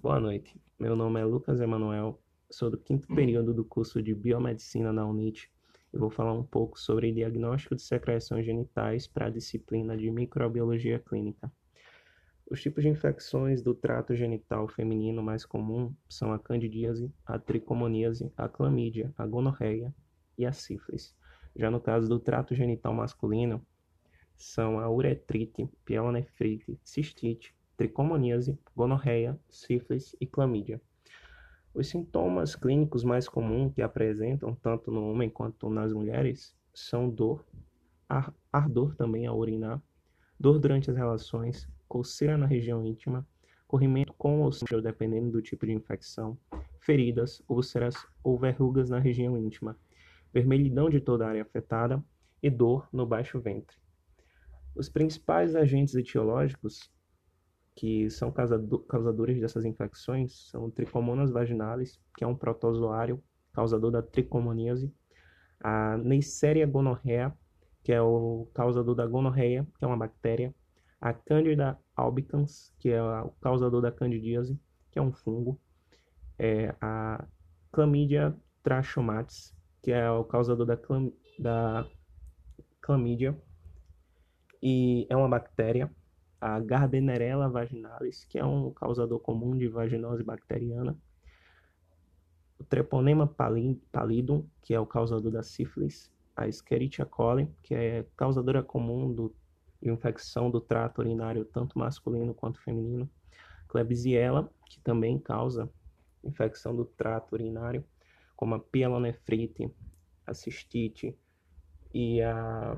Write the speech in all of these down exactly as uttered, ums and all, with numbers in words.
Boa noite, meu nome é Lucas Emanuel, sou do quinto período do curso de Biomedicina da UNIT e vou falar um pouco sobre diagnóstico de secreções genitais para a disciplina de Microbiologia Clínica. Os tipos de infecções do trato genital feminino mais comum são a candidíase, a tricomoníase, a clamídia, a gonorreia e a sífilis. Já no caso do trato genital masculino, são a uretrite, pielonefrite, cistite, tricomoníase, gonorreia, sífilis e clamídia. Os sintomas clínicos mais comuns que apresentam tanto no homem quanto nas mulheres são dor, ar ardor também ao urinar, dor durante as relações, coceira na região íntima, corrimento com ou sem, dependendo do tipo de infecção, feridas, úlceras ou verrugas na região íntima, vermelhidão de toda a área afetada e dor no baixo ventre. Os principais agentes etiológicos que são causadores dessas infecções são o Trichomonas vaginalis, que é um protozoário causador da tricomoníase, a Neisseria gonorrhea, que é o causador da gonorreia, que é uma bactéria, a Candida albicans, que é o causador da candidíase, que é um fungo, é a Chlamydia trachomatis, que é o causador da, clam da clamídia, e é uma bactéria, a Gardnerella vaginalis, que é um causador comum de vaginose bacteriana, o Treponema pallidum, que é o causador da sífilis, a Escherichia coli, que é causadora comum do, de infecção do trato urinário tanto masculino quanto feminino, Klebsiella, que também causa infecção do trato urinário, como a pielonefrite, a cistite e a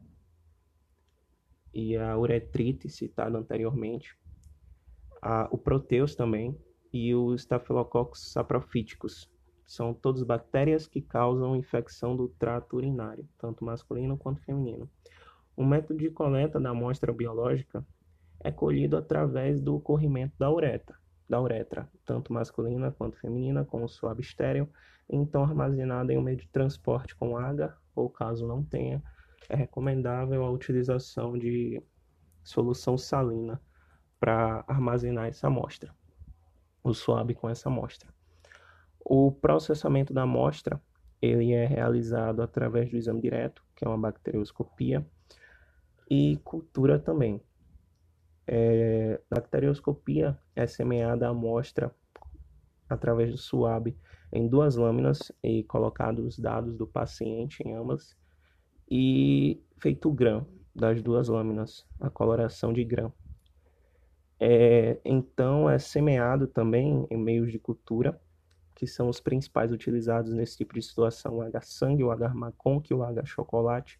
e a uretrite, citada anteriormente, a, o Proteus também, e o Staphylococcus saprophyticus. São todas bactérias que causam infecção do trato urinário, tanto masculino quanto feminino. O método de coleta da amostra biológica é colhido através do corrimento da uretra, da uretra, tanto masculina quanto feminina, com o suave estéril, então armazenada em um meio de transporte com água, ou caso não tenha, é recomendável a utilização de solução salina para armazenar essa amostra, o swab com essa amostra. O processamento da amostra ele é realizado através do exame direto, que é uma bacterioscopia, e cultura também. É, na bacterioscopia é semeada a amostra através do swab em duas lâminas e colocados os dados do paciente em ambas e feito o gram das duas lâminas, a coloração de gram. É, então é semeado também em meios de cultura, que são os principais utilizados nesse tipo de situação, o H-sangue, o H-maconque e o H-chocolate.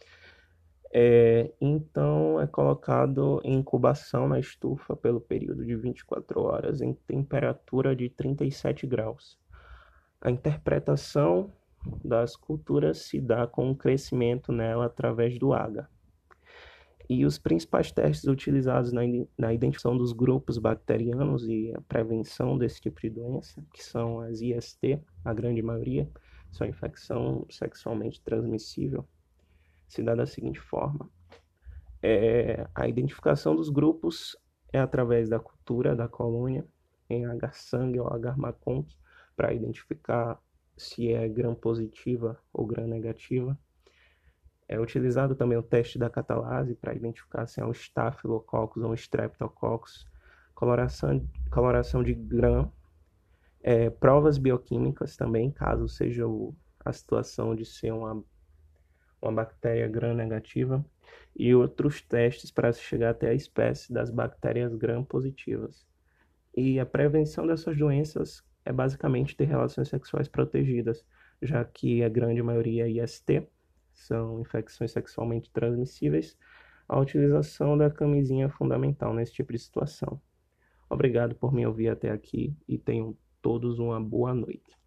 É, então é colocado em incubação na estufa pelo período de vinte e quatro horas em temperatura de trinta e sete graus. A interpretação das culturas se dá com um crescimento nela através do H. E os principais testes utilizados na, na identificação dos grupos bacterianos e a prevenção desse tipo de doença, que são as I S T, a grande maioria, são infecção sexualmente transmissível, se dá da seguinte forma. É, a identificação dos grupos é através da cultura da colônia em H-sangue ou H-maconque, para identificar se é gram positiva ou gram negativa. É utilizado também o teste da catalase para identificar se é um Staphylococcus ou um Streptococcus, coloração, coloração de gram, é, provas bioquímicas também, caso seja o, a situação de ser uma, uma bactéria gram negativa, e outros testes para se chegar até a espécie das bactérias gram positivas. E a prevenção dessas doenças é basicamente ter relações sexuais protegidas, já que a grande maioria é I S T, são infecções sexualmente transmissíveis, a utilização da camisinha é fundamental nesse tipo de situação. Obrigado por me ouvir até aqui e tenham todos uma boa noite.